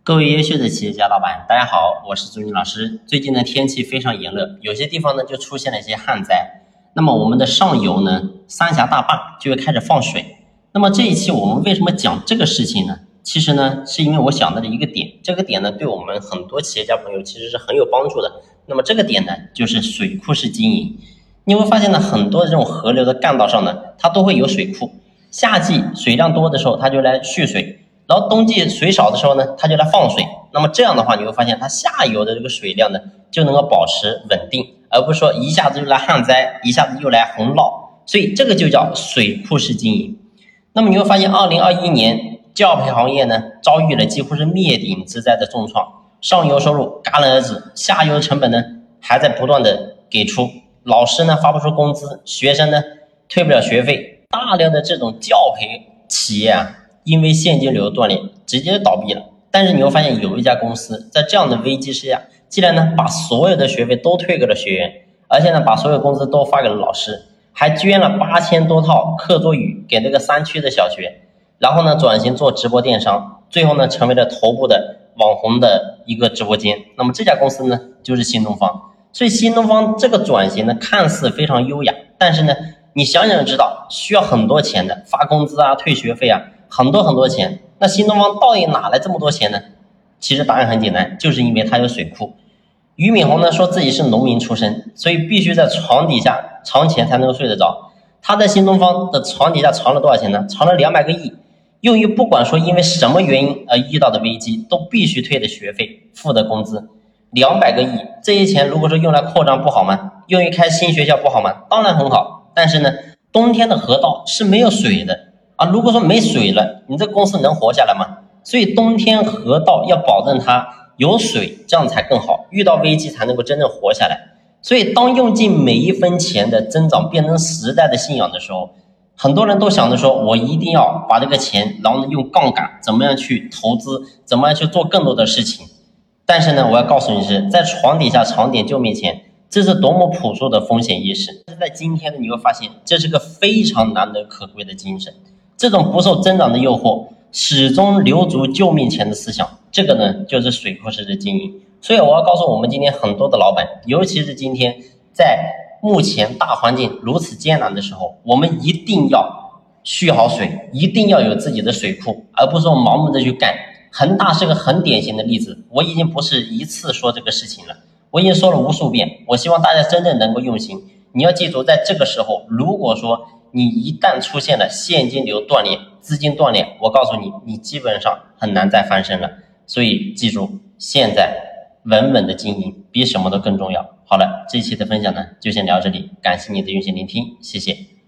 各位优秀的企业家老板，大家好，我是朱军老师。最近呢天气非常炎热，有些地方呢就出现了一些旱灾。那么我们的上游呢三峡大坝就会开始放水。那么这一期我们为什么讲这个事情呢？其实呢是因为我想到的一个点，这个点呢对我们很多企业家朋友其实是很有帮助的。那么这个点呢就是水库式经营。你会发现呢很多这种河流的干道上呢它都会有水库，夏季水量多的时候它就来蓄水，然后冬季水少的时候呢它就来放水。那么这样的话你会发现它下游的这个水量呢就能够保持稳定，而不是说一下子就来旱灾，一下子又来洪涝，所以这个就叫水库式经营。那么你会发现2021年教培行业呢遭遇了几乎是灭顶之灾的重创，上游收入戛然而止，下游成本呢还在不断的给出，老师呢发不出工资，学生呢退不了学费，大量的这种教培企业啊因为现金流断裂直接倒闭了。但是你会发现有一家公司在这样的危机之下，既然呢把所有的学费都退给了学员，而且呢把所有工资都发给了老师，还捐了8000多套课桌椅给那个山区的小学，然后呢转型做直播电商，最后呢成为了头部的网红的一个直播间。那么这家公司呢就是新东方。所以新东方这个转型呢看似非常优雅，但是呢你想想就知道需要很多钱的，发工资啊退学费啊，很多钱。那新东方到底哪来这么多钱呢？其实答案很简单，就是因为它有水库。俞敏洪呢说自己是农民出身，所以必须在床底下藏钱才能够睡得着。他在新东方的床底下藏了多少钱呢？藏了200个亿，用于不管说因为什么原因而遇到的危机都必须退的学费，付的工资。200个亿，这些钱如果说用来扩张不好吗？用于开新学校不好吗？当然很好，但是呢冬天的河道是没有水的啊，如果说没水了，你这个公司能活下来吗？所以冬天河道要保证它有水，这样才更好，遇到危机才能够真正活下来。所以当用尽每一分钱的增长变成时代的信仰的时候，很多人都想着说我一定要把这个钱然后呢用杠杆怎么样去投资，怎么样去做更多的事情。但是呢我要告诉你是在床底下藏点救命钱，这是多么朴素的风险意识。在今天呢你会发现这是个非常难得可贵的精神，这种不受增长的诱惑，始终留足救命钱的思想，这个呢就是水库式的经营。所以我要告诉我们今天很多的老板，尤其是今天在目前大环境如此艰难的时候，我们一定要蓄好水，一定要有自己的水库，而不是说盲目的去干。恒大是个很典型的例子，我已经不是一次说这个事情了，我已经说了无数遍，我希望大家真正能够用心。你要记住，在这个时候如果说你一旦出现了现金流断裂，资金断裂，我告诉你，你基本上很难再翻身了。所以记住，现在稳稳的经营比什么都更重要。好了，这一期的分享呢就先聊这里，感谢你的用心聆听，谢谢。